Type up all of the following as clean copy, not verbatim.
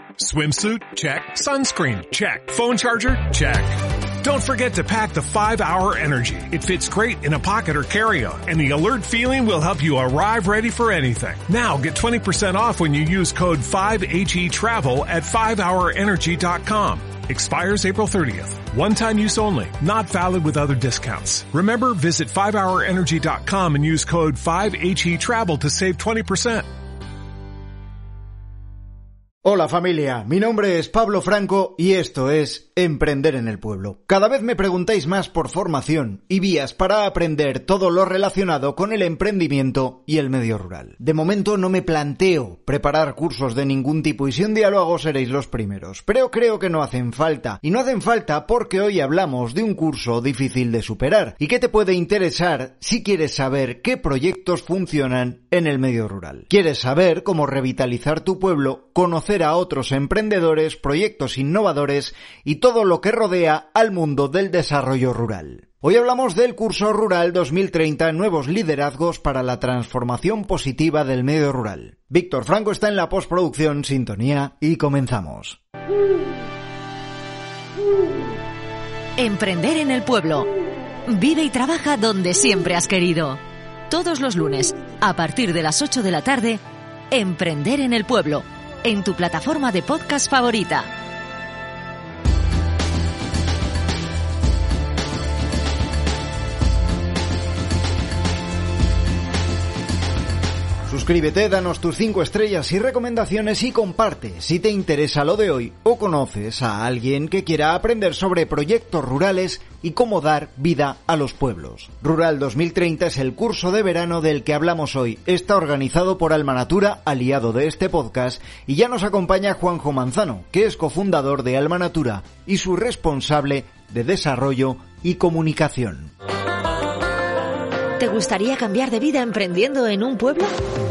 Swimsuit? Check. Sunscreen? Check. Phone charger? Check. Don't forget to pack the 5-Hour Energy. It fits great in a pocket or carry-on, and the alert feeling will help you arrive ready for anything. Now get 20% off when you use code 5HETRAVEL at 5hourenergy.com. Expires April 30th. One-time use only. Not valid with other discounts. Remember, visit 5hourenergy.com and use code 5HETRAVEL to save 20%. Hola familia, mi nombre es Pablo Franco y esto es Emprender en el Pueblo. Cada vez me preguntáis más por formación y vías para aprender todo lo relacionado con el emprendimiento y el medio rural. De momento no me planteo preparar cursos de ningún tipo y si un día lo hago seréis los primeros, pero creo que no hacen falta. Y no hacen falta porque hoy hablamos de un curso difícil de superar y que te puede interesar si quieres saber qué proyectos funcionan en el medio rural. ¿Quieres saber cómo revitalizar tu pueblo, conocer a otros emprendedores, proyectos innovadores y todo lo que rodea al mundo del desarrollo rural? Hoy hablamos del Curso Rural 2030, nuevos liderazgos para la transformación positiva del medio rural. Víctor Franco está en la postproducción, sintonía y comenzamos. Emprender en el Pueblo. Vive y trabaja donde siempre has querido. Todos los lunes, a partir de las 8 de la tarde, Emprender en el Pueblo, en tu plataforma de podcast favorita. Suscríbete, danos tus 5 estrellas y recomendaciones y comparte si te interesa lo de hoy o conoces a alguien que quiera aprender sobre proyectos rurales y cómo dar vida a los pueblos. Rural 2030 es el curso de verano del que hablamos hoy. Está organizado por Alma Natura, aliado de este podcast, y ya nos acompaña Juanjo Manzano, que es cofundador de Alma Natura y su responsable de desarrollo y comunicación. ¿Te gustaría cambiar de vida emprendiendo en un pueblo?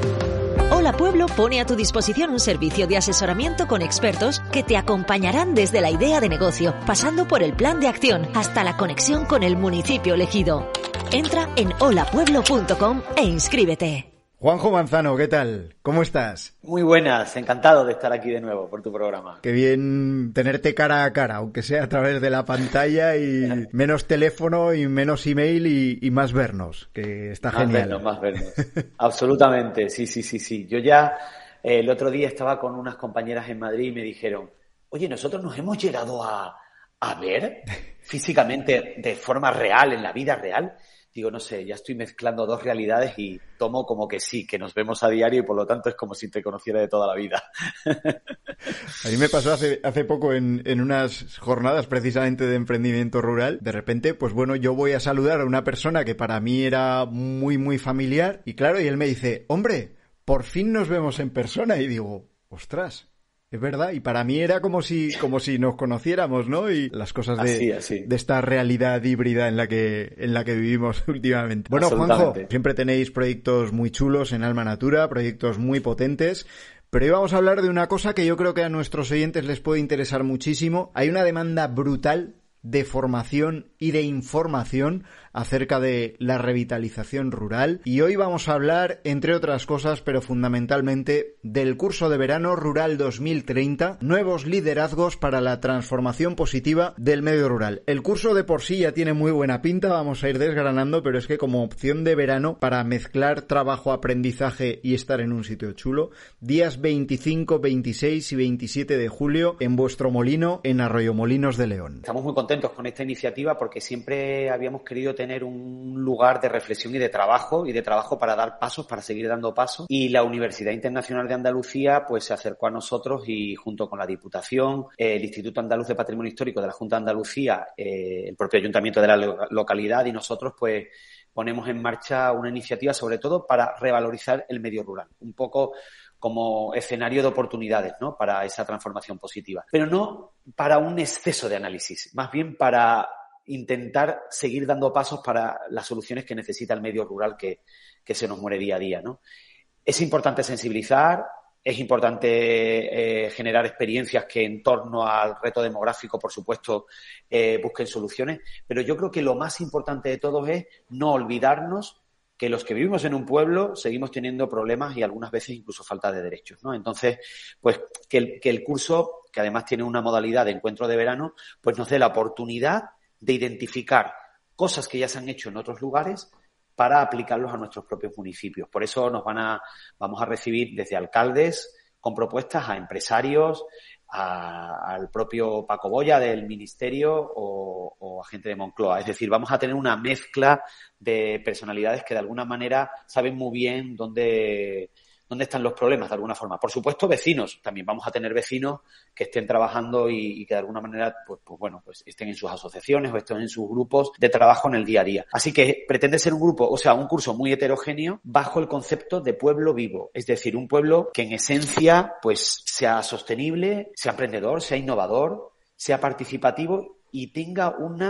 Hola Pueblo pone a tu disposición un servicio de asesoramiento con expertos que te acompañarán desde la idea de negocio, pasando por el plan de acción hasta la conexión con el municipio elegido. Entra en holapueblo.com e inscríbete. Juanjo Manzano, ¿qué tal? ¿Cómo estás? Muy buenas, encantado de estar aquí de nuevo por tu programa. Qué bien tenerte cara a cara, aunque sea a través de la pantalla y menos teléfono y menos email y más vernos, que está genial. Más vernos. Absolutamente, sí. Yo ya el otro día estaba con unas compañeras en Madrid y me dijeron, oye, nosotros nos hemos llegado a ver físicamente de forma real, en la vida real. Digo, no sé, ya estoy mezclando dos realidades y tomo como que sí, que nos vemos a diario y por lo tanto es como si te conociera de toda la vida. A mí me pasó hace poco en unas jornadas precisamente de emprendimiento rural. De repente, pues bueno, yo voy a saludar a una persona que para mí era muy, muy familiar y claro, y él me dice, hombre, por fin nos vemos en persona. Y digo, ostras. Es verdad, y para mí era como si nos conociéramos, ¿no? Y las cosas de esta realidad híbrida en la que vivimos últimamente. Bueno, Juanjo, siempre tenéis proyectos muy chulos en Alma Natura, proyectos muy potentes, pero hoy vamos a hablar de una cosa que yo creo que a nuestros oyentes les puede interesar muchísimo. Hay una demanda brutal de formación y de información acerca de la revitalización rural y hoy vamos a hablar, entre otras cosas, pero fundamentalmente del curso de verano Rural 2030, nuevos liderazgos para la transformación positiva del medio rural. El curso de por sí ya tiene muy buena pinta, vamos a ir desgranando, pero es que como opción de verano para mezclar trabajo, aprendizaje y estar en un sitio chulo, días 25, 26 y 27 de julio en vuestro molino en Arroyomolinos de León. Estamos muy contentos con esta iniciativa porque siempre habíamos querido tener un lugar de reflexión y de trabajo para dar pasos, para seguir dando pasos, y la Universidad Internacional de Andalucía pues se acercó a nosotros y junto con la Diputación, el Instituto Andaluz de Patrimonio Histórico de la Junta de Andalucía, el propio Ayuntamiento de la localidad y nosotros pues ponemos en marcha una iniciativa sobre todo para revalorizar el medio rural, un poco como escenario de oportunidades, ¿no?, para esa transformación positiva. Pero no para un exceso de análisis, más bien para intentar seguir dando pasos para las soluciones que necesita el medio rural que se nos muere día a día, ¿no? Es importante sensibilizar, es importante generar experiencias que en torno al reto demográfico, por supuesto, busquen soluciones, pero yo creo que lo más importante de todo es no olvidarnos que los que vivimos en un pueblo seguimos teniendo problemas y algunas veces incluso falta de derechos, ¿no? Entonces, pues que el curso, que además tiene una modalidad de encuentro de verano, pues nos dé la oportunidad de identificar cosas que ya se han hecho en otros lugares para aplicarlos a nuestros propios municipios. Por eso vamos a recibir desde alcaldes con propuestas a empresarios, al propio Paco Boya del Ministerio o a gente de Moncloa. Es decir, vamos a tener una mezcla de personalidades que de alguna manera saben muy bien dónde están los problemas, de alguna forma. Por supuesto, vecinos. También vamos a tener vecinos que estén trabajando y que de alguna manera, pues estén en sus asociaciones o estén en sus grupos de trabajo en el día a día. Así que pretende ser un curso muy heterogéneo bajo el concepto de pueblo vivo. Es decir, un pueblo que en esencia, pues, sea sostenible, sea emprendedor, sea innovador, sea participativo y tenga un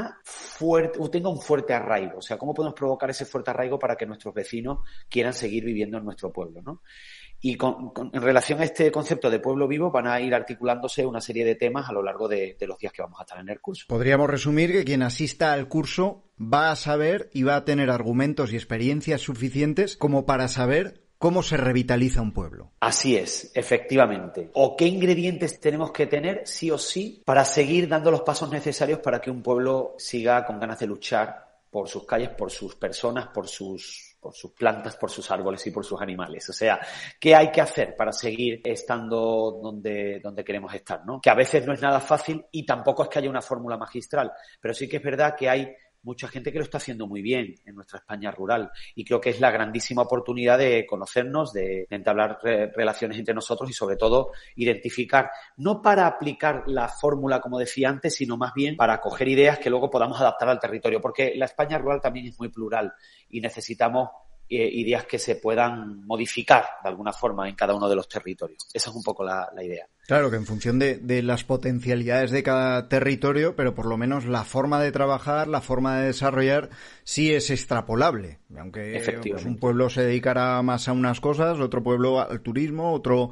fuerte arraigo. O sea, ¿cómo podemos provocar ese fuerte arraigo para que nuestros vecinos quieran seguir viviendo en nuestro pueblo, ¿no? Y en relación a este concepto de pueblo vivo van a ir articulándose una serie de temas a lo largo de los días que vamos a estar en el curso. Podríamos resumir que quien asista al curso va a saber y va a tener argumentos y experiencias suficientes como para saber cómo se revitaliza un pueblo. Así es, efectivamente. O qué ingredientes tenemos que tener, sí o sí, para seguir dando los pasos necesarios para que un pueblo siga con ganas de luchar por sus calles, por sus personas, por sus plantas, por sus árboles y por sus animales. O sea, ¿qué hay que hacer para seguir estando donde queremos estar, ¿no? Que a veces no es nada fácil y tampoco es que haya una fórmula magistral, pero sí que es verdad que hay mucha gente que lo está haciendo muy bien en nuestra España rural y creo que es la grandísima oportunidad de conocernos, de entablar relaciones entre nosotros y sobre todo identificar, no para aplicar la fórmula como decía antes, sino más bien para coger ideas que luego podamos adaptar al territorio, porque la España rural también es muy plural y necesitamos ideas que se puedan modificar de alguna forma en cada uno de los territorios. Esa es un poco la idea. Claro, que en función de las potencialidades de cada territorio, pero por lo menos la forma de trabajar, la forma de desarrollar, sí es extrapolable. Aunque pues, un pueblo se dedicará más a unas cosas, otro pueblo al turismo, otro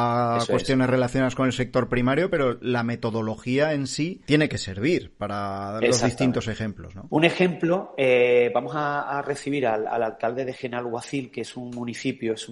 a cuestiones relacionadas con el sector primario, pero la metodología en sí tiene que servir para dar los distintos ejemplos, ¿no? Un ejemplo, vamos a recibir al alcalde de Genalhuacil, que es un municipio, es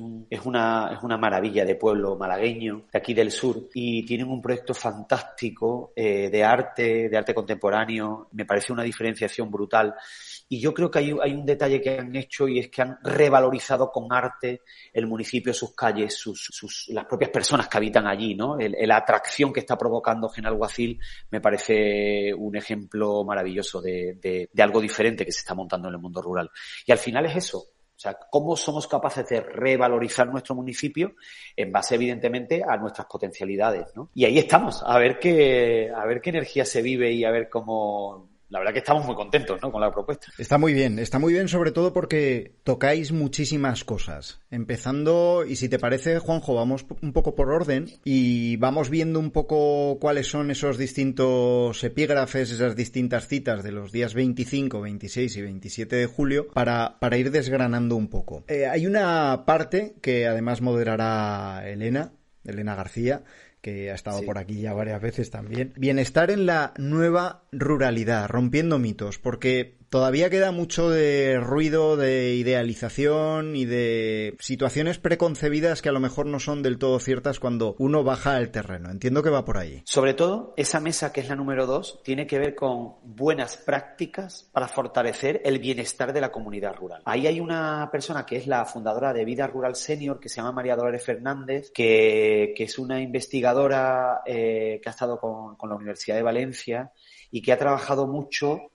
una maravilla de pueblo malagueño, de aquí del sur, y tienen un proyecto fantástico de arte contemporáneo. Me parece una diferenciación brutal. Y yo creo que hay un detalle que han hecho y es que han revalorizado con arte el municipio, sus calles, las propias personas que habitan allí, ¿no? La atracción que está provocando Genalhuacil me parece un ejemplo maravilloso de algo diferente que se está montando en el mundo rural. Y al final es eso. O sea, cómo somos capaces de revalorizar nuestro municipio en base, evidentemente, a nuestras potencialidades, ¿no? Y ahí estamos, a ver qué energía se vive y a ver cómo. La verdad que estamos muy contentos, ¿no?, con la propuesta. Está muy bien sobre todo porque tocáis muchísimas cosas. Empezando, y si te parece, Juanjo, vamos un poco por orden y vamos viendo un poco cuáles son esos distintos epígrafes, esas distintas citas de los días 25, 26 y 27 de julio para ir desgranando un poco. Hay una parte que además moderará Elena García, que ha estado por aquí ya varias veces también. Bienestar en la nueva ruralidad, rompiendo mitos, porque todavía queda mucho de ruido, de idealización y de situaciones preconcebidas que a lo mejor no son del todo ciertas cuando uno baja al terreno. Entiendo que va por ahí. Sobre todo, esa mesa que es la número 2 tiene que ver con buenas prácticas para fortalecer el bienestar de la comunidad rural. Ahí hay una persona que es la fundadora de Vida Rural Senior, que se llama María Dolores Fernández, que es una investigadora que ha estado con la Universidad de Valencia y que ha trabajado mucho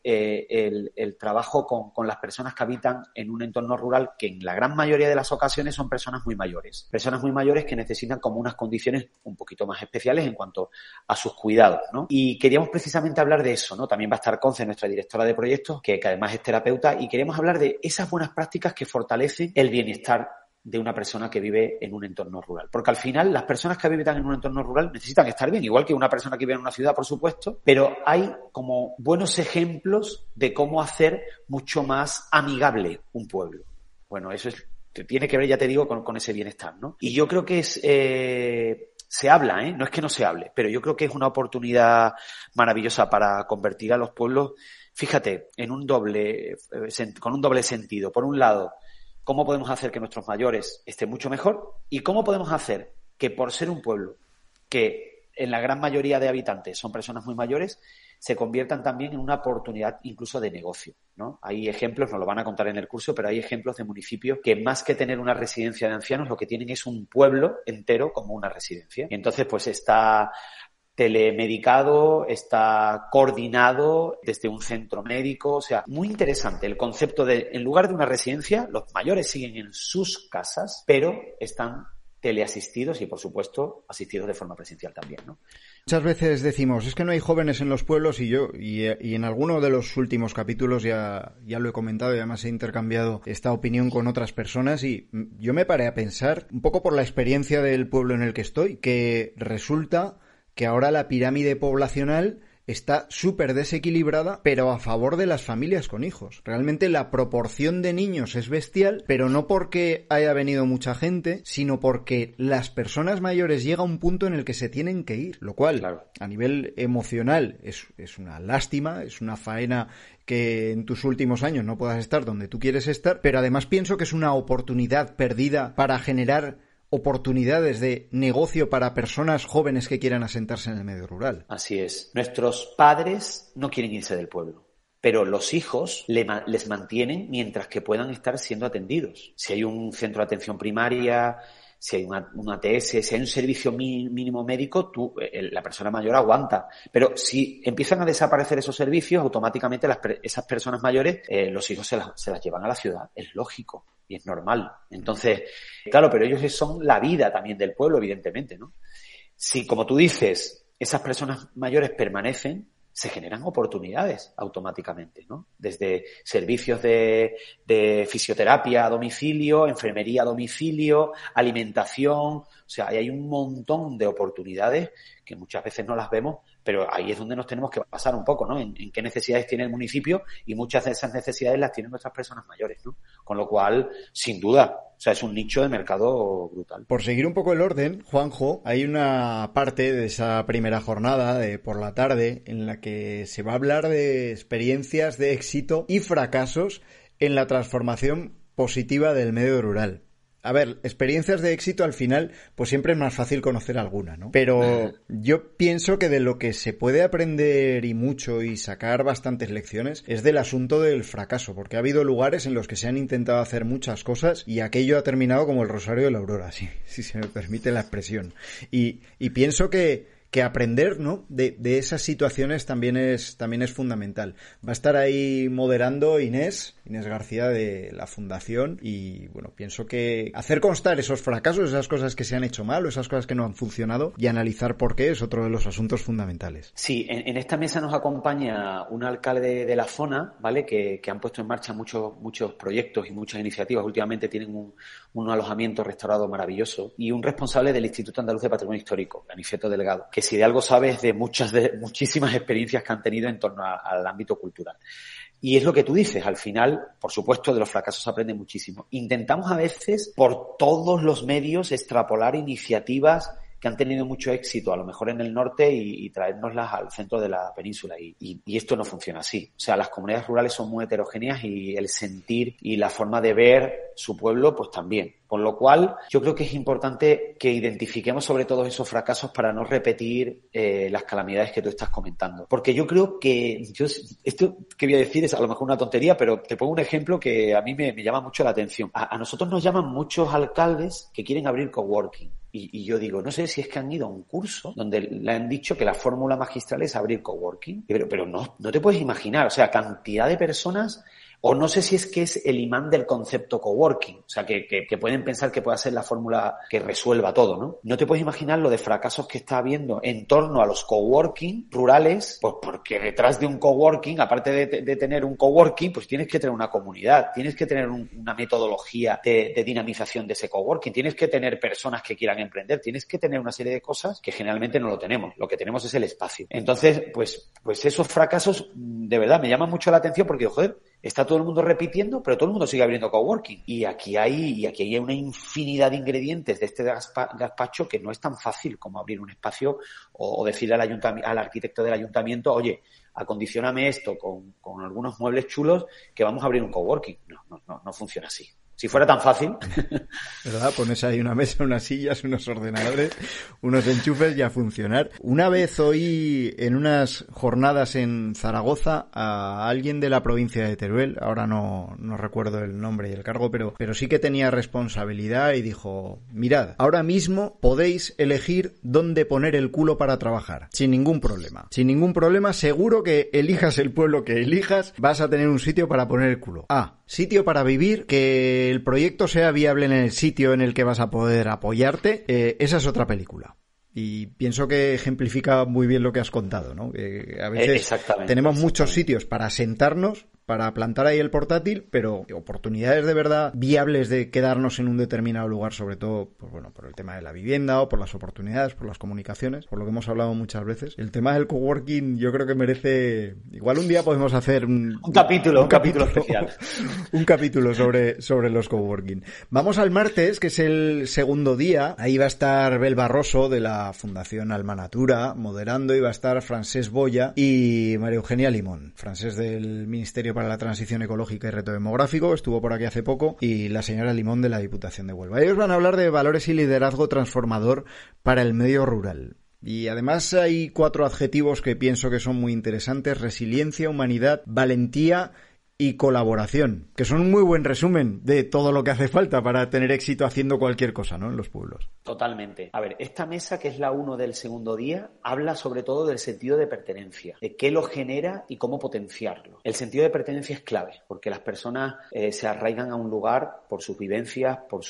el trabajo con las personas que habitan en un entorno rural que en la gran mayoría de las ocasiones son personas muy mayores que necesitan como unas condiciones un poquito más especiales en cuanto a sus cuidados, ¿no? Y queríamos precisamente hablar de eso, ¿no? También va a estar Conce, nuestra directora de proyectos, que además es terapeuta, y queremos hablar de esas buenas prácticas que fortalecen el bienestar de una persona que vive en un entorno rural. Porque al final las personas que viven en un entorno rural necesitan estar bien, igual que una persona que vive en una ciudad, por supuesto, pero hay como buenos ejemplos de cómo hacer mucho más amigable un pueblo. Bueno, eso tiene que ver, ya te digo, con ese bienestar, ¿no? Y yo creo que se habla, no es que no se hable, pero yo creo que es una oportunidad maravillosa para convertir a los pueblos, fíjate, con un doble sentido. Por un lado, cómo podemos hacer que nuestros mayores estén mucho mejor y cómo podemos hacer que, por ser un pueblo que en la gran mayoría de habitantes son personas muy mayores, se conviertan también en una oportunidad incluso de negocio, ¿no? Hay ejemplos, nos lo van a contar en el curso, pero hay ejemplos de municipios que más que tener una residencia de ancianos, lo que tienen es un pueblo entero como una residencia. Y entonces, pues está telemedicado, está coordinado desde un centro médico, o sea, muy interesante el concepto de, en lugar de una residencia, los mayores siguen en sus casas, pero están teleasistidos y, por supuesto, asistidos de forma presencial también, ¿no? Muchas veces decimos, es que no hay jóvenes en los pueblos y en alguno de los últimos capítulos ya lo he comentado y además he intercambiado esta opinión con otras personas y yo me paré a pensar, un poco por la experiencia del pueblo en el que estoy, que resulta que ahora la pirámide poblacional está súper desequilibrada, pero a favor de las familias con hijos. Realmente la proporción de niños es bestial, pero no porque haya venido mucha gente, sino porque las personas mayores llega a un punto en el que se tienen que ir, lo cual, claro, a nivel emocional es una lástima, es una faena que en tus últimos años no puedas estar donde tú quieres estar, pero además pienso que es una oportunidad perdida para generar oportunidades de negocio para personas jóvenes que quieran asentarse en el medio rural. Así es. Nuestros padres no quieren irse del pueblo, pero los hijos les mantienen mientras que puedan estar siendo atendidos. Si hay un centro de atención primaria, si hay una ATS, si hay un servicio mínimo médico, la persona mayor aguanta. Pero si empiezan a desaparecer esos servicios, automáticamente esas personas mayores, los hijos se las llevan a la ciudad. Es lógico y es normal. Entonces, claro, pero ellos son la vida también del pueblo, evidentemente, ¿no? Si, como tú dices, esas personas mayores permanecen, se generan oportunidades automáticamente, ¿no? Desde servicios de fisioterapia a domicilio, enfermería a domicilio, alimentación, o sea, hay un montón de oportunidades que muchas veces no las vemos, pero ahí es donde nos tenemos que basar un poco, ¿no? En qué necesidades tiene el municipio y muchas de esas necesidades las tienen nuestras personas mayores, ¿no? Con lo cual, sin duda, o sea, es un nicho de mercado brutal. Por seguir un poco el orden, Juanjo, hay una parte de esa primera jornada de por la tarde en la que se va a hablar de experiencias de éxito y fracasos en la transformación positiva del medio rural. A ver, experiencias de éxito al final, pues siempre es más fácil conocer alguna, ¿no? Pero yo pienso que de lo que se puede aprender y mucho y sacar bastantes lecciones es del asunto del fracaso, porque ha habido lugares en los que se han intentado hacer muchas cosas y aquello ha terminado como el Rosario de la Aurora, si se me permite la expresión. Y pienso que aprender, ¿no?, de esas situaciones también es fundamental. Va a estar ahí moderando Inés García de la Fundación y, bueno, pienso que hacer constar esos fracasos, esas cosas que se han hecho mal o esas cosas que no han funcionado y analizar por qué es otro de los asuntos fundamentales. Sí, en esta mesa nos acompaña un alcalde de la zona, ¿vale?, que han puesto en marcha muchos proyectos y muchas iniciativas. Últimamente tienen un alojamiento restaurado maravilloso y un responsable del Instituto Andaluz de Patrimonio Histórico, Aniceto Delgado, que si de algo sabes de muchísimas experiencias que han tenido en torno al ámbito cultural. Y es lo que tú dices, al final, por supuesto, de los fracasos se aprende muchísimo. Intentamos a veces, por todos los medios, extrapolar iniciativas que han tenido mucho éxito, a lo mejor en el norte, y traérnoslas al centro de la península. Y esto no funciona así. O sea, las comunidades rurales son muy heterogéneas y el sentir y la forma de ver su pueblo, pues también. Por lo cual, yo creo que es importante que identifiquemos sobre todo esos fracasos para no repetir las calamidades que tú estás comentando. Porque yo creo que, esto que voy a decir es a lo mejor una tontería, pero te pongo un ejemplo que a mí me llama mucho la atención. A nosotros nos llaman muchos alcaldes que quieren abrir coworking. Y yo digo, no sé si es que han ido a un curso donde le han dicho que la fórmula magistral es abrir coworking. Pero no te puedes imaginar, o sea, cantidad de personas. O no sé si es que es el imán del concepto coworking, o sea, que pueden pensar que pueda ser la fórmula que resuelva todo, ¿no? No te puedes imaginar lo de fracasos que está habiendo en torno a los coworking rurales, pues porque detrás de un coworking, aparte de tener un coworking, pues tienes que tener una comunidad, tienes que tener una metodología de dinamización de ese coworking, tienes que tener personas que quieran emprender, tienes que tener una serie de cosas que generalmente no lo tenemos, lo que tenemos es el espacio. Entonces, pues esos fracasos, de verdad, me llaman mucho la atención porque, joder, está todo el mundo repitiendo, pero todo el mundo sigue abriendo coworking. Y aquí hay una infinidad de ingredientes de este gazpacho que no es tan fácil como abrir un espacio o decirle al arquitecto del ayuntamiento, oye, acondicióname esto con algunos muebles chulos que vamos a abrir un coworking. No funciona así. O Si fuera tan fácil. ¿Verdad? Pones ahí una mesa, unas sillas, unos ordenadores, unos enchufes y a funcionar. Una vez oí en unas jornadas en Zaragoza a alguien de la provincia de Teruel, ahora no recuerdo el nombre y el cargo, pero sí que tenía responsabilidad y dijo, mirad, ahora mismo podéis elegir dónde poner el culo para trabajar, sin ningún problema. Sin ningún problema, seguro que elijas el pueblo que elijas, vas a tener un sitio para poner el culo. Sitio para vivir, que el proyecto sea viable en el sitio en el que vas a poder apoyarte, esa es otra película. Y pienso que ejemplifica muy bien lo que has contado, ¿no? Que a veces tenemos muchos sitios para sentarnos, para plantar ahí el portátil, pero oportunidades de verdad viables de quedarnos en un determinado lugar, sobre todo, pues bueno, por el tema de la vivienda o por las oportunidades, por las comunicaciones, por lo que hemos hablado muchas veces. El tema del coworking yo creo que merece... Igual un día podemos hacer un capítulo especial. Un capítulo sobre los coworking. Vamos al martes, que es el segundo día. Ahí va a estar Bel Barroso de la Fundación Alma Natura moderando, y va a estar Francesc Boya y María Eugenia Limón, Francesc del Ministerio para la Transición Ecológica y Reto Demográfico, estuvo por aquí hace poco, y la señora Limón de la Diputación de Huelva. Ellos van a hablar de valores y liderazgo transformador para el medio rural. Y además hay 4 adjetivos que pienso que son muy interesantes: resiliencia, humanidad, valentía y colaboración, que son un muy buen resumen de todo lo que hace falta para tener éxito haciendo cualquier cosa, ¿no?, en los pueblos. Totalmente. A ver, esta mesa, que es la 1 del segundo día, habla sobre todo del sentido de pertenencia, de qué lo genera y cómo potenciarlo. El sentido de pertenencia es clave, porque las personas se arraigan a un lugar por sus vivencias, por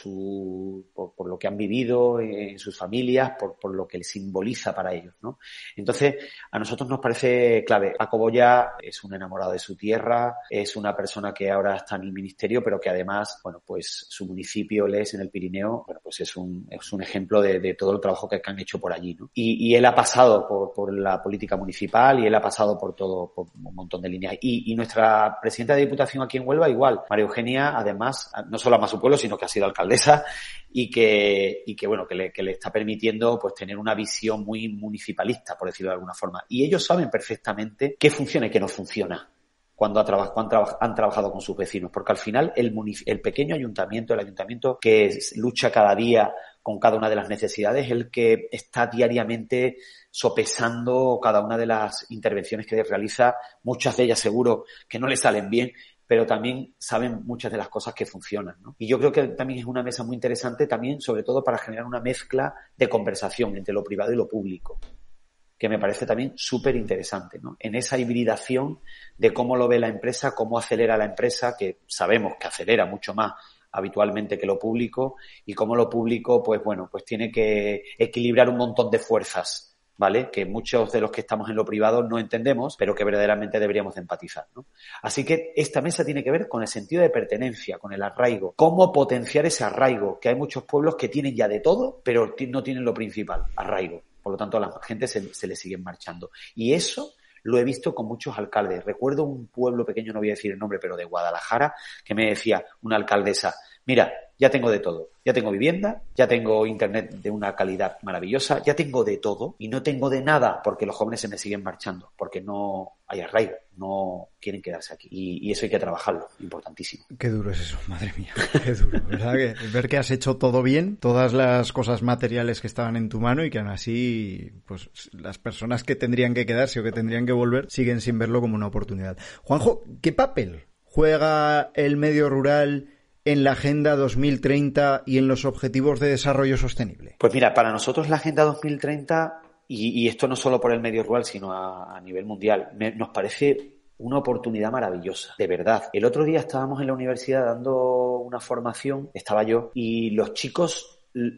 lo que han vivido en sus familias, por lo que les simboliza para ellos, ¿no? Entonces, a nosotros nos parece clave. Paco Boya es un enamorado de su tierra, es una persona que ahora está en el ministerio, pero que además, bueno, pues su municipio, Les, en el Pirineo, bueno, pues es un ejemplo de todo el trabajo que han hecho por allí, ¿no? Y él ha pasado por la política municipal, y él ha pasado por un montón de líneas. Y nuestra presidenta de Diputación aquí en Huelva igual. María Eugenia, además, no solo ama su pueblo, sino que ha sido alcaldesa y que bueno, que le está permitiendo pues tener una visión muy municipalista, por decirlo de alguna forma. Y ellos saben perfectamente qué funciona y qué no funciona cuando han trabajado con sus vecinos, porque al final el pequeño ayuntamiento, el ayuntamiento que lucha cada día con cada una de las necesidades, es el que está diariamente sopesando cada una de las intervenciones que realiza, muchas de ellas seguro que no le salen bien, pero también saben muchas de las cosas que funcionan, ¿no? Y yo creo que también es una mesa muy interesante, también sobre todo para generar una mezcla de conversación entre lo privado y lo público, que me parece también súper interesante, ¿no? En esa hibridación de cómo lo ve la empresa, cómo acelera la empresa, que sabemos que acelera mucho más habitualmente que lo público, y cómo lo público, pues bueno, pues tiene que equilibrar un montón de fuerzas, ¿vale? Que muchos de los que estamos en lo privado no entendemos, pero que verdaderamente deberíamos de empatizar, ¿no? Así que esta mesa tiene que ver con el sentido de pertenencia, con el arraigo. Cómo potenciar ese arraigo, que hay muchos pueblos que tienen ya de todo, pero no tienen lo principal, arraigo. Por lo tanto, a la gente se le siguen marchando. Y eso lo he visto con muchos alcaldes. Recuerdo un pueblo pequeño, no voy a decir el nombre, pero de Guadalajara, que me decía una alcaldesa, mira, ya tengo de todo. Ya tengo vivienda, ya tengo internet de una calidad maravillosa, ya tengo de todo y no tengo de nada porque los jóvenes se me siguen marchando, porque no hay arraigo, no quieren quedarse aquí. Y eso hay que trabajarlo, importantísimo. Qué duro es eso, madre mía, qué duro, ¿verdad? Que ver que has hecho todo bien, todas las cosas materiales que estaban en tu mano, y que aún así, pues las personas que tendrían que quedarse o que tendrían que volver siguen sin verlo como una oportunidad. Juanjo, ¿qué papel juega el medio rural en la Agenda 2030 y en los Objetivos de Desarrollo Sostenible? Pues mira, para nosotros la Agenda 2030, y esto no solo por el medio rural, sino a nivel mundial, nos parece una oportunidad maravillosa, de verdad. El otro día estábamos en la universidad dando una formación, estaba yo, y los chicos,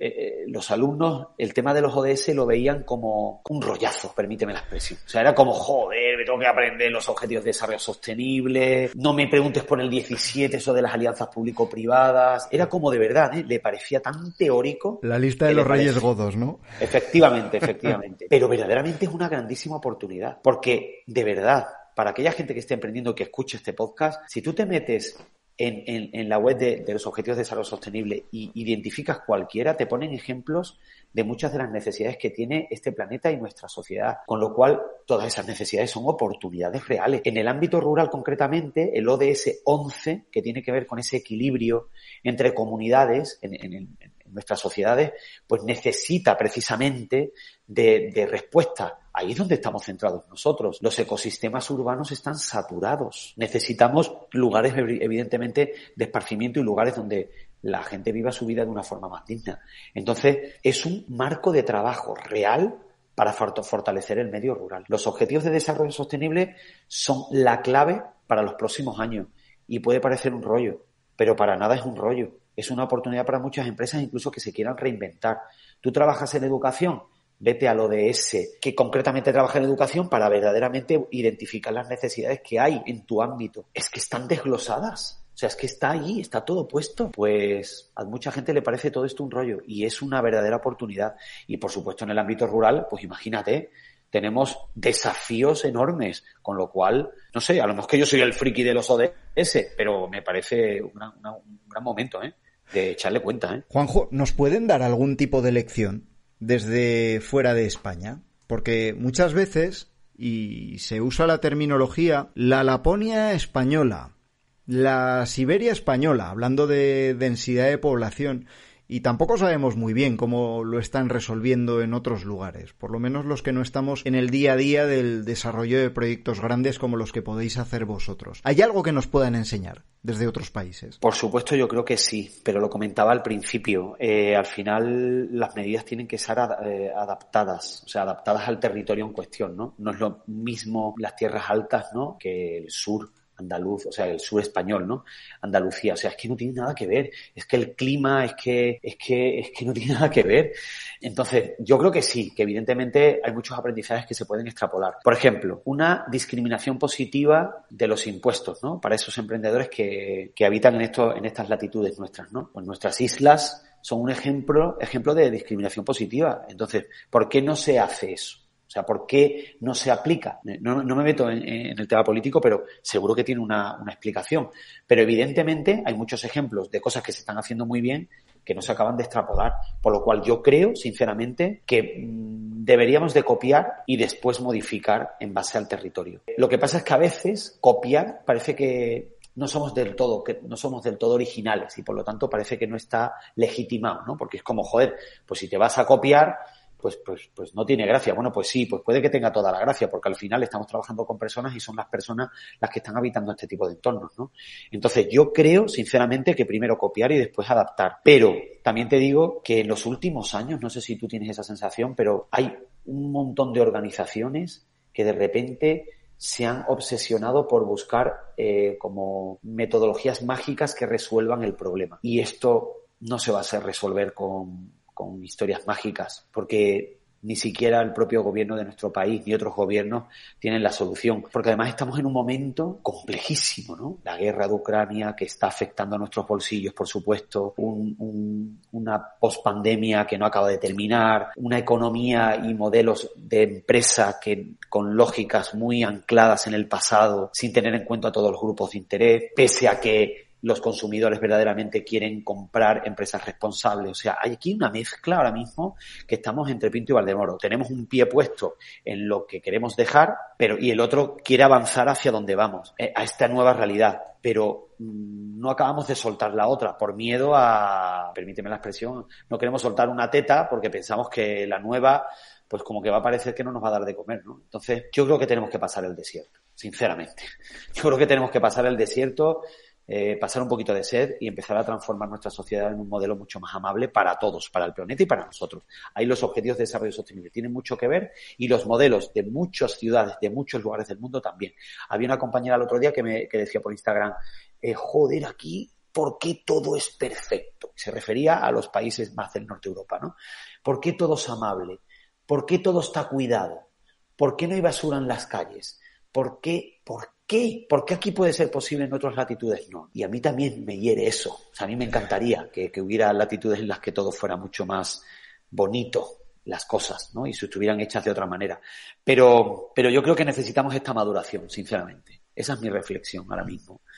los alumnos, el tema de los ODS lo veían como un rollazo, permíteme la expresión. O sea, era como, joder, me tengo que aprender los objetivos de desarrollo sostenible, no me preguntes por el 17, eso de las alianzas público-privadas. Era como de verdad, le parecía tan teórico. La lista de los reyes godos, ¿no? Efectivamente. Pero verdaderamente es una grandísima oportunidad, porque de verdad, para aquella gente que esté emprendiendo, que escuche este podcast, si tú te metes en la web de los Objetivos de Desarrollo Sostenible y identificas cualquiera, te ponen ejemplos de muchas de las necesidades que tiene este planeta y nuestra sociedad, con lo cual todas esas necesidades son oportunidades reales. En el ámbito rural concretamente, el ODS 11, que tiene que ver con ese equilibrio entre comunidades en nuestras sociedades, pues necesita precisamente de respuesta. Ahí es donde estamos centrados nosotros. Los ecosistemas urbanos están saturados. Necesitamos lugares, evidentemente, de esparcimiento y lugares donde la gente viva su vida de una forma más digna. Entonces, es un marco de trabajo real para fortalecer el medio rural. Los Objetivos de Desarrollo Sostenible son la clave para los próximos años. Y puede parecer un rollo, pero para nada es un rollo. Es una oportunidad para muchas empresas incluso que se quieran reinventar. Tú trabajas en educación, vete al ODS, que concretamente trabaja en educación para verdaderamente identificar las necesidades que hay en tu ámbito. Es que están desglosadas. O sea, es que está allí, está todo puesto. Pues a mucha gente le parece todo esto un rollo y es una verdadera oportunidad. Y por supuesto en el ámbito rural, pues imagínate, tenemos desafíos enormes, con lo cual, no sé, a lo mejor que yo soy el friki de los ODS, pero me parece un gran momento, de echarle cuenta, Juanjo, ¿nos pueden dar algún tipo de lección desde fuera de España? Porque muchas veces, y se usa la terminología, la Laponia española, la Siberia española, hablando de densidad de población, y tampoco sabemos muy bien cómo lo están resolviendo en otros lugares, por lo menos los que no estamos en el día a día del desarrollo de proyectos grandes como los que podéis hacer vosotros. ¿Hay algo que nos puedan enseñar desde otros países? Por supuesto, yo creo que sí, pero lo comentaba al principio. Al final las medidas tienen que ser adaptadas, o sea, adaptadas al territorio en cuestión, ¿no? No es lo mismo las tierras altas, ¿no?, que el sur andaluz, o sea, el sur español, ¿no? Andalucía, o sea, es que no tiene nada que ver, es que el clima, es que no tiene nada que ver. Entonces, yo creo que sí, que evidentemente hay muchos aprendizajes que se pueden extrapolar. Por ejemplo, una discriminación positiva de los impuestos, ¿no?, para esos emprendedores que habitan en estas latitudes nuestras, ¿no? Pues nuestras islas son un ejemplo de discriminación positiva. Entonces, ¿por qué no se hace eso? O sea, ¿por qué no se aplica? No me meto en el tema político, pero seguro que tiene una explicación. Pero evidentemente hay muchos ejemplos de cosas que se están haciendo muy bien que no se acaban de extrapolar. Por lo cual yo creo, sinceramente, que deberíamos de copiar y después modificar en base al territorio. Lo que pasa es que a veces copiar parece que no somos del todo originales y por lo tanto parece que no está legitimado, ¿no? Porque es como, joder, pues si te vas a copiar, pues no tiene gracia. Bueno, pues sí, pues puede que tenga toda la gracia, porque al final estamos trabajando con personas y son las personas las que están habitando este tipo de entornos, ¿no? Entonces, yo creo, sinceramente, que primero copiar y después adaptar. Pero también te digo que en los últimos años, no sé si tú tienes esa sensación, pero hay un montón de organizaciones que de repente se han obsesionado por buscar como metodologías mágicas que resuelvan el problema. Y esto no se va a hacer resolver con historias mágicas, porque ni siquiera el propio gobierno de nuestro país ni otros gobiernos tienen la solución, porque además estamos en un momento complejísimo, ¿no? La guerra de Ucrania que está afectando a nuestros bolsillos, por supuesto, una pospandemia que no acaba de terminar, una economía y modelos de empresa que con lógicas muy ancladas en el pasado, sin tener en cuenta a todos los grupos de interés, pese a que los consumidores verdaderamente quieren comprar empresas responsables. O sea, hay aquí una mezcla ahora mismo que estamos entre Pinto y Valdemoro. Tenemos un pie puesto en lo que queremos dejar, y el otro quiere avanzar hacia donde vamos, a esta nueva realidad. Pero no acabamos de soltar la otra por miedo a, permíteme la expresión, no queremos soltar una teta porque pensamos que la nueva, pues como que va a parecer que no nos va a dar de comer, ¿no? Entonces, yo creo que tenemos que pasar el desierto, sinceramente. Yo creo que tenemos que pasar el desierto, pasar un poquito de sed y empezar a transformar nuestra sociedad en un modelo mucho más amable para todos, para el planeta y para nosotros. Ahí los objetivos de desarrollo sostenible tienen mucho que ver y los modelos de muchas ciudades, de muchos lugares del mundo también. Había una compañera el otro día que decía por Instagram, joder, aquí, ¿por qué todo es perfecto? Se refería a los países más del norte de Europa, ¿no? ¿Por qué todo es amable? ¿Por qué todo está cuidado? ¿Por qué no hay basura en las calles? ¿Por qué? ¿Por qué aquí puede ser posible en otras latitudes no? Y a mí también me hiere eso. O sea, a mí me encantaría que hubiera latitudes en las que todo fuera mucho más bonito, las cosas, ¿no? Y si estuvieran hechas de otra manera. Pero yo creo que necesitamos esta maduración, sinceramente. Esa es mi reflexión ahora mismo.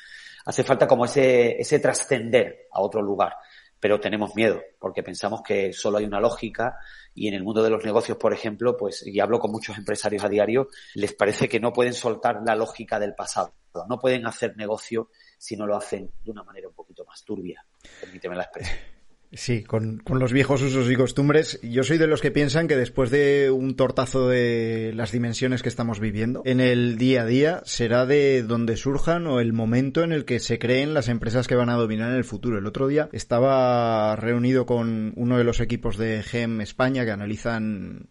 Hace falta como ese trascender a otro lugar. Pero tenemos miedo, porque pensamos que solo hay una lógica y en el mundo de los negocios, por ejemplo, pues, y hablo con muchos empresarios a diario, les parece que no pueden soltar la lógica del pasado. No pueden hacer negocio si no lo hacen de una manera un poquito más turbia. Permíteme la expresión. Sí, con los viejos usos y costumbres. Yo soy de los que piensan que después de un tortazo de las dimensiones que estamos viviendo, en el día a día será de donde surjan o el momento en el que se creen las empresas que van a dominar en el futuro. El otro día estaba reunido con uno de los equipos de GEM España que analizan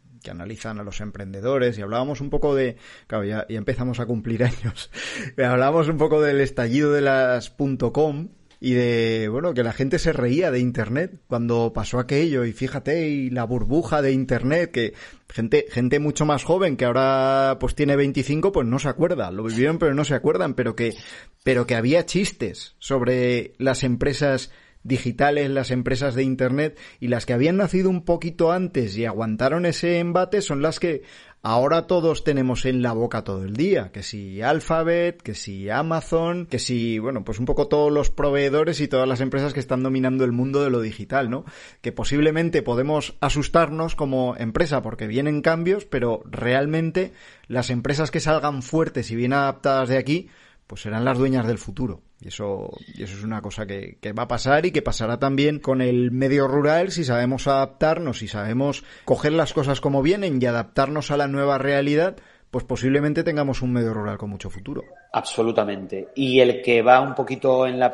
a los emprendedores y hablábamos un poco de, claro, ya empezamos a cumplir años, hablábamos un poco del estallido de las .com y de, bueno, que la gente se reía de Internet cuando pasó aquello y fíjate, y la burbuja de Internet, que gente mucho más joven que ahora pues tiene 25, pues no se acuerda, lo vivieron pero no se acuerdan, pero que había chistes sobre las empresas digitales, las empresas de Internet, y las que habían nacido un poquito antes y aguantaron ese embate son las que ahora todos tenemos en la boca todo el día, que si Alphabet, que si Amazon, que si, bueno, pues un poco todos los proveedores y todas las empresas que están dominando el mundo de lo digital, ¿no? Que posiblemente podemos asustarnos como empresa porque vienen cambios, pero realmente las empresas que salgan fuertes y bien adaptadas de aquí, pues serán las dueñas del futuro. Y eso es una cosa que va a pasar y que pasará también con el medio rural si sabemos adaptarnos, si sabemos coger las cosas como vienen y adaptarnos a la nueva realidad, pues posiblemente tengamos un medio rural con mucho futuro. Absolutamente. Y el que va un poquito en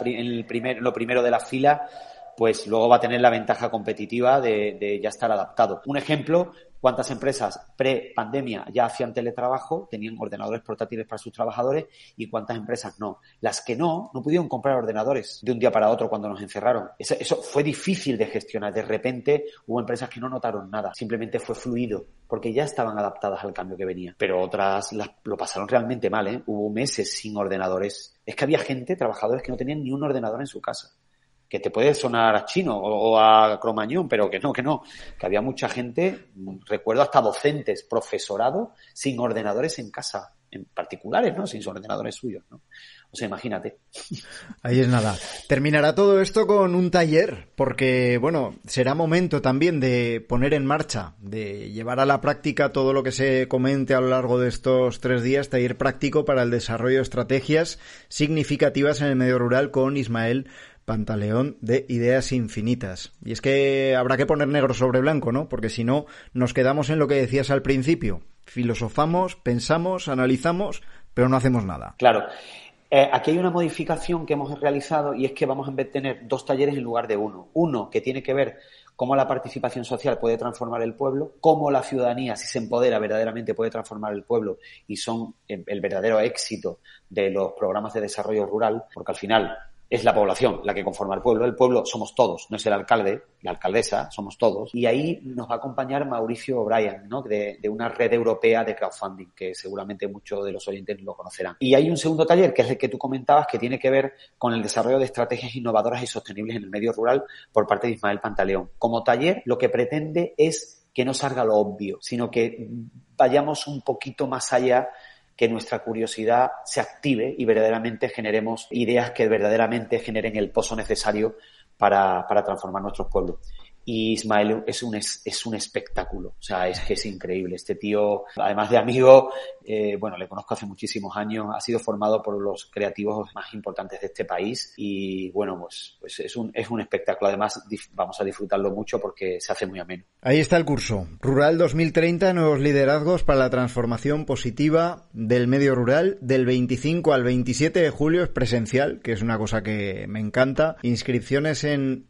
lo primero de la fila, pues luego va a tener la ventaja competitiva de ya estar adaptado. Un ejemplo, ¿cuántas empresas pre-pandemia ya hacían teletrabajo, tenían ordenadores portátiles para sus trabajadores y cuántas empresas no? Las que no pudieron comprar ordenadores de un día para otro cuando nos encerraron. Eso fue difícil de gestionar. De repente hubo empresas que no notaron nada. Simplemente fue fluido porque ya estaban adaptadas al cambio que venía. Pero otras lo pasaron realmente mal, ¿eh? Hubo meses sin ordenadores. Es que había trabajadores que no tenían ni un ordenador en su casa. Que te puede sonar a chino o a cromañón, pero que no, que había mucha gente, recuerdo hasta docentes, profesorado, sin ordenadores en casa, en particulares, ¿no? Sin ordenadores suyos, ¿no? O sea, imagínate. Ahí es nada. Terminará todo esto con un taller, porque, bueno, será momento también de poner en marcha, de llevar a la práctica todo lo que se comente a lo largo de estos 3 días, taller práctico para el desarrollo de estrategias significativas en el medio rural con Ismael Pantaleón de Ideas Infinitas. Y es que habrá que poner negro sobre blanco, ¿no? Porque si no, nos quedamos en lo que decías al principio. Filosofamos, pensamos, analizamos, pero no hacemos nada. Claro. Aquí hay una modificación que hemos realizado y es que vamos a tener 2 talleres en lugar de uno. Uno que tiene que ver cómo la participación social puede transformar el pueblo, cómo la ciudadanía, si se empodera, verdaderamente puede transformar el pueblo y son el verdadero éxito de los programas de desarrollo rural, porque al final es la población la que conforma el pueblo somos todos, no es el alcalde, la alcaldesa, somos todos. Y ahí nos va a acompañar Mauricio O'Brien, ¿no? De una red europea de crowdfunding, que seguramente muchos de los oyentes lo conocerán. Y hay un segundo taller, que es el que tú comentabas, que tiene que ver con el desarrollo de estrategias innovadoras y sostenibles en el medio rural por parte de Ismael Pantaleón. Como taller, lo que pretende es que no salga lo obvio, sino que vayamos un poquito más allá, que nuestra curiosidad se active y verdaderamente generemos ideas que verdaderamente generen el pozo necesario para transformar nuestros pueblos. Y Ismael es un espectáculo, o sea, es que es increíble. Este tío, además de amigo, le conozco hace muchísimos años, ha sido formado por los creativos más importantes de este país y, bueno, pues es un espectáculo. Además, vamos a disfrutarlo mucho porque se hace muy ameno. Ahí está el curso. Rural 2030, nuevos liderazgos para la transformación positiva del medio rural. Del 25 al 27 de julio es presencial, que es una cosa que me encanta. Inscripciones en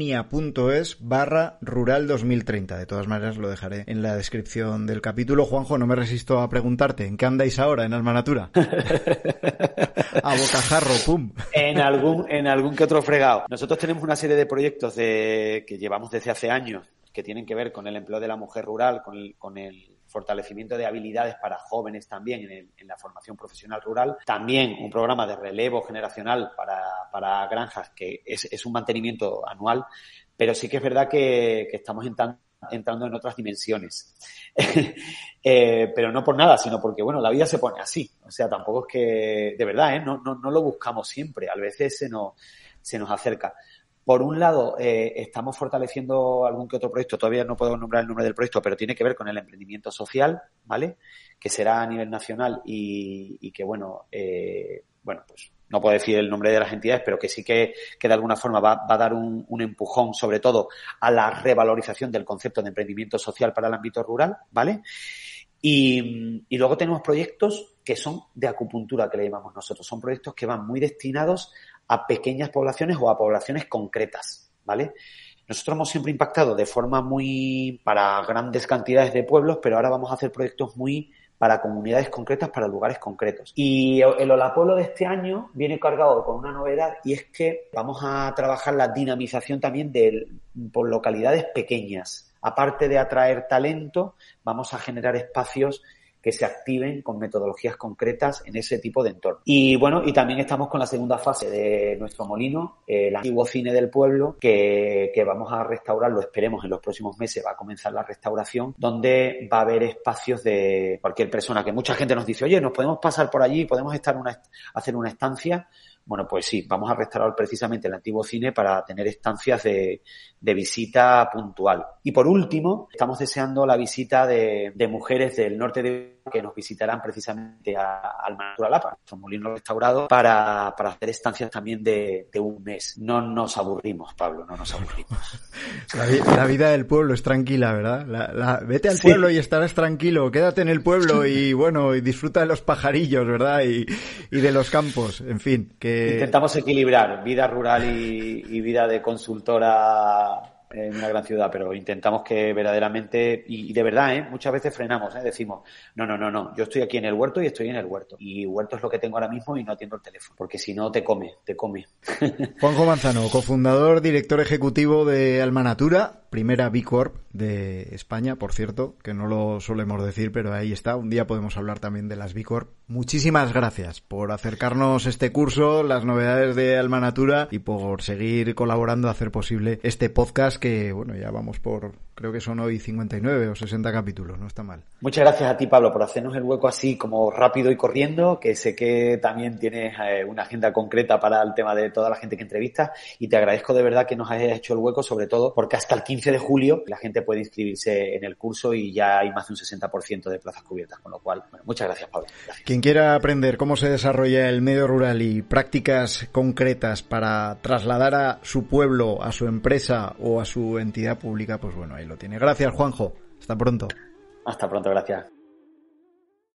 unia.es/rural 2030. De todas maneras lo dejaré en la descripción del capítulo. Juanjo, no me resisto a preguntarte, ¿en qué andáis ahora en Almanatura? A bocajarro, pum. En algún que otro fregado. Nosotros tenemos una serie de proyectos que llevamos desde hace años que tienen que ver con el empleo de la mujer rural, con el fortalecimiento de habilidades para jóvenes también en la formación profesional rural. También un programa de relevo generacional para granjas que es un mantenimiento anual, pero sí que es verdad que estamos entrando entrando en otras dimensiones. Pero no por nada, sino porque, bueno, la vida se pone así. O sea, tampoco es que, de verdad, no lo buscamos siempre. A veces se nos acerca. Por un lado, estamos fortaleciendo algún que otro proyecto, todavía no puedo nombrar el nombre del proyecto, pero tiene que ver con el emprendimiento social, ¿vale? Que será a nivel nacional y que, bueno, pues no puedo decir el nombre de las entidades, pero que sí que de alguna forma va a dar un empujón, sobre todo, a la revalorización del concepto de emprendimiento social para el ámbito rural, ¿vale? Y luego tenemos proyectos que son de acupuntura, que le llamamos nosotros. Son proyectos que van muy destinados a pequeñas poblaciones o a poblaciones concretas, ¿vale? Nosotros hemos siempre impactado de forma muy para grandes cantidades de pueblos, pero ahora vamos a hacer proyectos muy para comunidades concretas, para lugares concretos. Y el Holapueblo de este año viene cargado con una novedad, y es que vamos a trabajar la dinamización también por localidades pequeñas. Aparte de atraer talento, vamos a generar espacios que se activen con metodologías concretas en ese tipo de entorno. Y bueno, y también estamos con la segunda fase de nuestro molino, el antiguo cine del pueblo, que vamos a restaurarlo, esperemos en los próximos meses va a comenzar la restauración, donde va a haber espacios de cualquier persona, que mucha gente nos dice, oye, ¿nos podemos pasar por allí? ¿Podemos hacer una estancia? Bueno, pues sí, vamos a restaurar precisamente el antiguo cine para tener estancias de visita puntual. Y por último, estamos deseando la visita de mujeres del norte de que nos visitarán precisamente a Almanatura Lapa, nuestro molino restaurado, para hacer estancias también de un mes. No nos aburrimos, Pablo, no nos aburrimos. La vida del pueblo es tranquila, ¿verdad? Vete al pueblo y estarás tranquilo, quédate en el pueblo y bueno, y disfruta de los pajarillos, ¿verdad? Y de los campos, en fin, que... Intentamos equilibrar vida rural y vida de consultora en una gran ciudad, pero intentamos que verdaderamente, y de verdad, muchas veces frenamos, decimos, no, yo estoy aquí en el huerto y estoy en el huerto. Y huerto es lo que tengo ahora mismo y no atiendo el teléfono, porque si no te come. Juanjo Manzano, cofundador, director ejecutivo de Almanatura, primera B Corp de España, por cierto, que no lo solemos decir, pero ahí está. Un día podemos hablar también de las B Corp. Muchísimas gracias por acercarnos este curso, las novedades de Almanatura y por seguir colaborando a hacer posible este podcast que, bueno, ya vamos por, creo que son hoy 59 o 60 capítulos, no está mal. Muchas gracias a ti, Pablo, por hacernos el hueco así como rápido y corriendo, que sé que también tienes una agenda concreta para el tema de toda la gente que entrevistas, y te agradezco de verdad que nos hayas hecho el hueco, sobre todo porque hasta el 15 de julio la gente puede inscribirse en el curso y ya hay más de un 60% de plazas cubiertas, con lo cual, bueno, muchas gracias, Pablo. Gracias. Quien quiera aprender cómo se desarrolla el medio rural y prácticas concretas para trasladar a su pueblo, a su empresa o a su entidad pública, pues bueno, ahí lo tiene. Gracias, Juanjo. Hasta pronto. Hasta pronto, gracias.